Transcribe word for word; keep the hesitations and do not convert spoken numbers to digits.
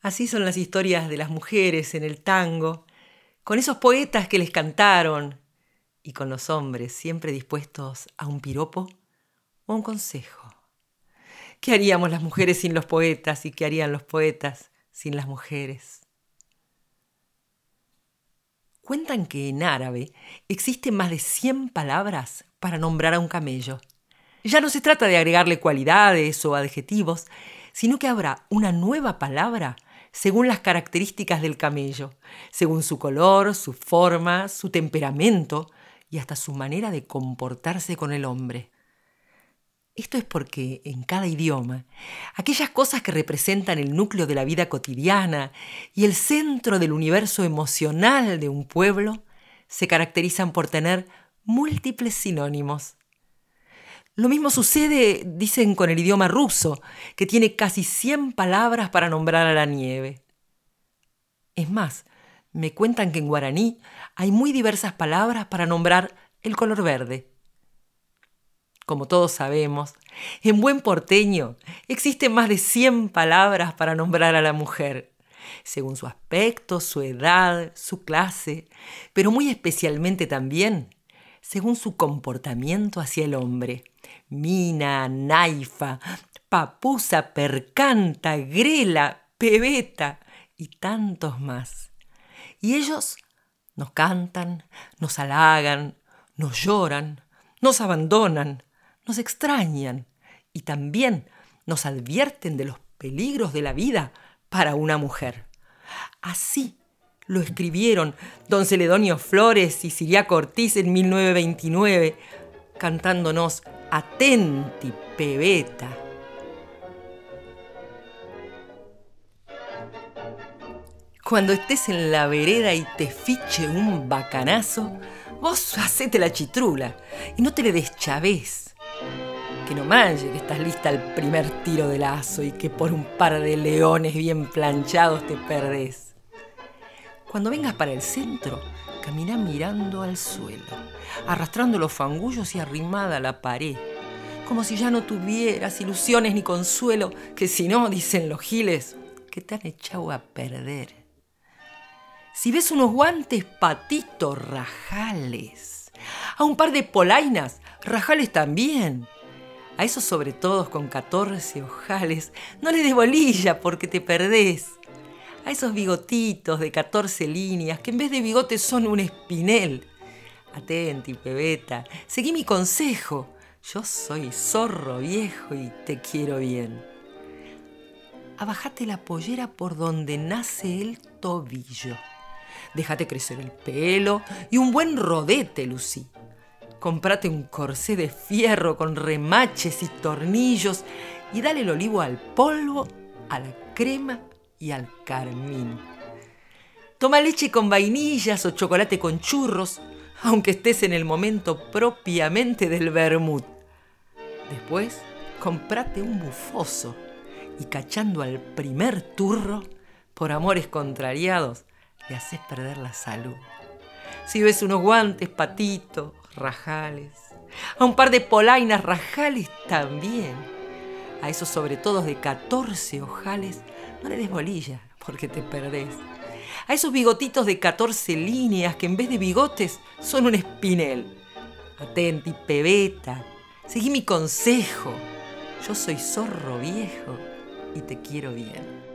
Así son las historias de las mujeres en el tango, con esos poetas que les cantaron y con los hombres siempre dispuestos a un piropo o a un consejo. ¿Qué haríamos las mujeres sin los poetas y qué harían los poetas sin las mujeres? Cuentan que en árabe existen más de cien palabras para nombrar a un camello. Ya no se trata de agregarle cualidades o adjetivos, sino que habrá una nueva palabra según las características del camello, según su color, su forma, su temperamento y hasta su manera de comportarse con el hombre. Esto es porque en cada idioma, aquellas cosas que representan el núcleo de la vida cotidiana y el centro del universo emocional de un pueblo se caracterizan por tener múltiples sinónimos. Lo mismo sucede, dicen, con el idioma ruso, que tiene casi cien palabras para nombrar a la nieve. Es más, me cuentan que en guaraní hay muy diversas palabras para nombrar el color verde. Como todos sabemos, en buen porteño existen más de cien palabras para nombrar a la mujer, según su aspecto, su edad, su clase, pero muy especialmente también según su comportamiento hacia el hombre. Mina, naifa, papusa, percanta, grela, pebeta y tantos más. Y ellos nos cantan, nos halagan, nos lloran, nos abandonan, nos extrañan y también nos advierten de los peligros de la vida para una mujer. Así lo escribieron don Celedonio Flores y Ciriaco Ortiz en mil novecientos veintinueve, cantándonos Atenti, pebeta. Cuando estés en la vereda y te fiche un bacanazo, vos hacete la chitrula y no te le deschavés. Que no manche que estás lista al primer tiro de lazo y que por un par de leones bien planchados te perdés. Cuando vengas para el centro, camina mirando al suelo, arrastrando los fangullos y arrimada a la pared, como si ya no tuvieras ilusiones ni consuelo, que si no, dicen los giles, que te han echado a perder. Si ves unos guantes, patitos, rajales. A un par de polainas, rajales también. A esos sobretodos con catorce ojales, no les des bolilla porque te perdés. A esos bigotitos de catorce líneas, que en vez de bigotes son un espinel. Atenti, pebeta, seguí mi consejo. Yo soy zorro viejo y te quiero bien. Abajate la pollera por donde nace el tobillo. Déjate crecer el pelo y un buen rodete, lucí. Comprate un corsé de fierro con remaches y tornillos y dale el olivo al polvo, a la crema y al carmín. Toma leche con vainillas o chocolate con churros, aunque estés en el momento propiamente del vermut. Después, comprate un bufoso y cachando al primer turro, por amores contrariados, le haces perder la salud. Si ves unos guantes, patitos, rajales, a un par de polainas, rajales también. A esos sobretodos de catorce ojales, no le des bolilla, porque te perdés. A esos bigotitos de catorce líneas, que en vez de bigotes son un espinel. Atenti, pebeta, seguí mi consejo. Yo soy zorro viejo y te quiero bien.